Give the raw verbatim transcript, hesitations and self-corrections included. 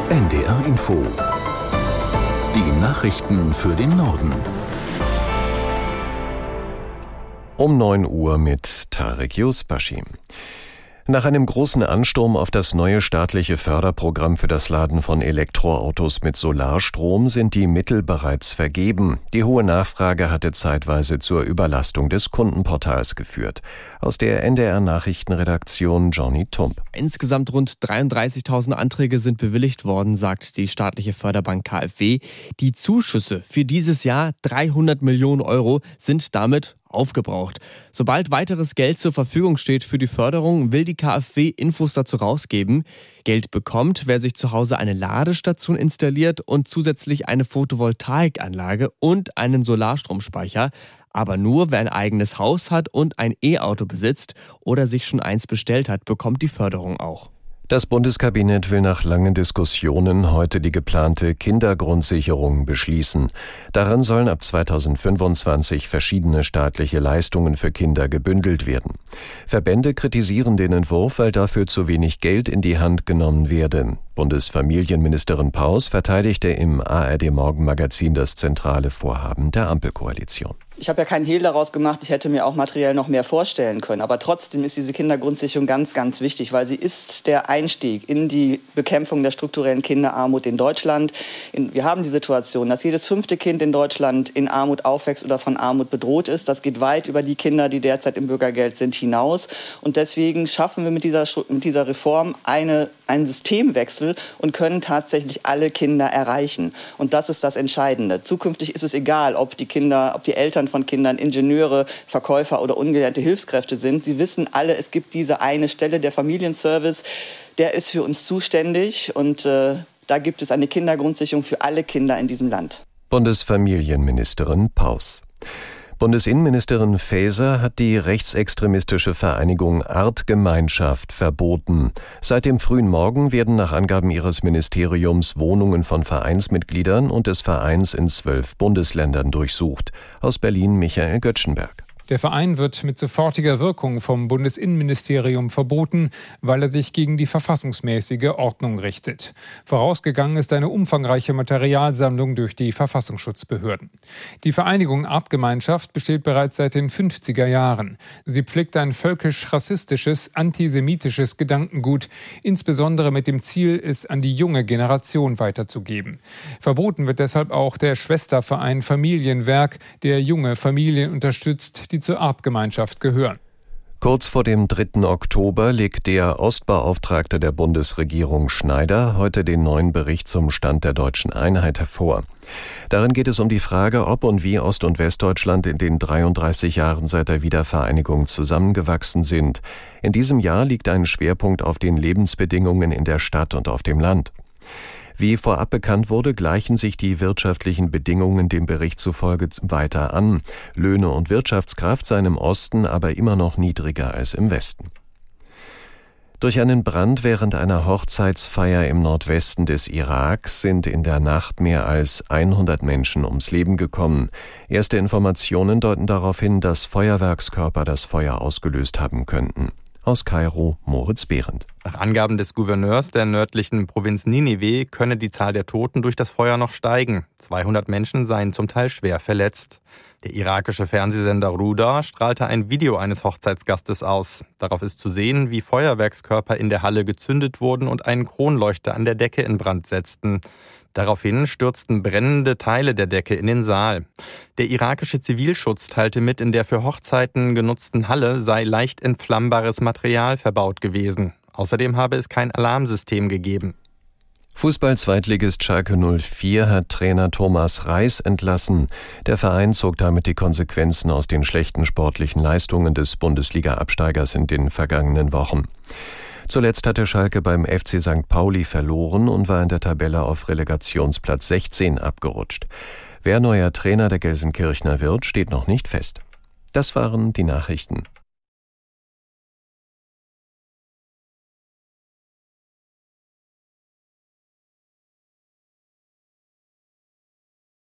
N D R Info. Die Nachrichten für den Norden. Um neun Uhr mit Tarek Yusbashi. Nach einem großen Ansturm auf das neue staatliche Förderprogramm für das Laden von Elektroautos mit Solarstrom sind die Mittel bereits vergeben. Die hohe Nachfrage hatte zeitweise zur Überlastung des Kundenportals geführt. Aus der N D R-Nachrichtenredaktion Johnny Tump. Insgesamt rund dreiunddreißigtausend Anträge sind bewilligt worden, sagt die staatliche Förderbank K f W. Die Zuschüsse für dieses Jahr, dreihundert Millionen Euro, sind damit aufgebraucht. Sobald weiteres Geld zur Verfügung steht für die Förderung, will die K f W Infos dazu rausgeben. Geld bekommt, wer sich zu Hause eine Ladestation installiert und zusätzlich eine Photovoltaikanlage und einen Solarstromspeicher. Aber nur wer ein eigenes Haus hat und ein E-Auto besitzt oder sich schon eins bestellt hat, bekommt die Förderung auch. Das Bundeskabinett will nach langen Diskussionen heute die geplante Kindergrundsicherung beschließen. Daran sollen ab zweitausendfünfundzwanzig verschiedene staatliche Leistungen für Kinder gebündelt werden. Verbände kritisieren den Entwurf, weil dafür zu wenig Geld in die Hand genommen werde. Bundesfamilienministerin Paus verteidigte im A R D-Morgenmagazin das zentrale Vorhaben der Ampelkoalition. Ich habe ja keinen Hehl daraus gemacht, ich hätte mir auch materiell noch mehr vorstellen können. Aber trotzdem ist diese Kindergrundsicherung ganz, ganz wichtig, weil sie ist der Einstieg in die Bekämpfung der strukturellen Kinderarmut in Deutschland. Wir haben die Situation, dass jedes fünfte Kind in Deutschland in Armut aufwächst oder von Armut bedroht ist. Das geht weit über die Kinder, die derzeit im Bürgergeld sind, hinaus. Und deswegen schaffen wir mit dieser, mit dieser Reform eine, einen Systemwechsel und können tatsächlich alle Kinder erreichen. Und das ist das Entscheidende. Zukünftig ist es egal, ob die Kinder, ob die Eltern von Kindern Ingenieure, Verkäufer oder ungelernte Hilfskräfte sind. Sie wissen alle, es gibt diese eine Stelle, der Familienservice, der ist für uns zuständig und äh, da gibt es eine Kindergrundsicherung für alle Kinder in diesem Land. Bundesfamilienministerin Paus. Bundesinnenministerin Faeser hat die rechtsextremistische Vereinigung Artgemeinschaft verboten. Seit dem frühen Morgen werden nach Angaben ihres Ministeriums Wohnungen von Vereinsmitgliedern und des Vereins in zwölf Bundesländern durchsucht. Aus Berlin Michael Göttschenberg. Der Verein wird mit sofortiger Wirkung vom Bundesinnenministerium verboten, weil er sich gegen die verfassungsmäßige Ordnung richtet. Vorausgegangen ist eine umfangreiche Materialsammlung durch die Verfassungsschutzbehörden. Die Vereinigung Artgemeinschaft besteht bereits seit den fünfziger Jahren. Sie pflegt ein völkisch-rassistisches, antisemitisches Gedankengut, insbesondere mit dem Ziel, es an die junge Generation weiterzugeben. Verboten wird deshalb auch der Schwesterverein Familienwerk, der junge Familien unterstützt, die zur Artgemeinschaft gehören. Kurz vor dem dritten Oktober legt der Ostbeauftragte der Bundesregierung Schneider heute den neuen Bericht zum Stand der deutschen Einheit hervor. Darin geht es um die Frage, ob und wie Ost- und Westdeutschland in den dreiunddreißig Jahren seit der Wiedervereinigung zusammengewachsen sind. In diesem Jahr liegt ein Schwerpunkt auf den Lebensbedingungen in der Stadt und auf dem Land. Wie vorab bekannt wurde, gleichen sich die wirtschaftlichen Bedingungen dem Bericht zufolge weiter an. Löhne und Wirtschaftskraft seien im Osten aber immer noch niedriger als im Westen. Durch einen Brand während einer Hochzeitsfeier im Nordwesten des Iraks sind in der Nacht mehr als hundert Menschen ums Leben gekommen. Erste Informationen deuten darauf hin, dass Feuerwerkskörper das Feuer ausgelöst haben könnten. Aus Kairo Moritz Behrendt. Nach Angaben des Gouverneurs der nördlichen Provinz Ninive könne die Zahl der Toten durch das Feuer noch steigen. zweihundert Menschen seien zum Teil schwer verletzt. Der irakische Fernsehsender Ruda strahlte ein Video eines Hochzeitsgastes aus. Darauf ist zu sehen, wie Feuerwerkskörper in der Halle gezündet wurden und einen Kronleuchter an der Decke in Brand setzten. Daraufhin stürzten brennende Teile der Decke in den Saal. Der irakische Zivilschutz teilte mit, in der für Hochzeiten genutzten Halle sei leicht entflammbares Material verbaut gewesen. Außerdem habe es kein Alarmsystem gegeben. Fußball-Zweitligist Schalke null vier hat Trainer Thomas Reis entlassen. Der Verein zog damit die Konsequenzen aus den schlechten sportlichen Leistungen des Bundesliga-Absteigers in den vergangenen Wochen. Zuletzt hatte Schalke beim F C Sankt Pauli verloren und war in der Tabelle auf Relegationsplatz sechzehn abgerutscht. Wer neuer Trainer der Gelsenkirchener wird, steht noch nicht fest. Das waren die Nachrichten.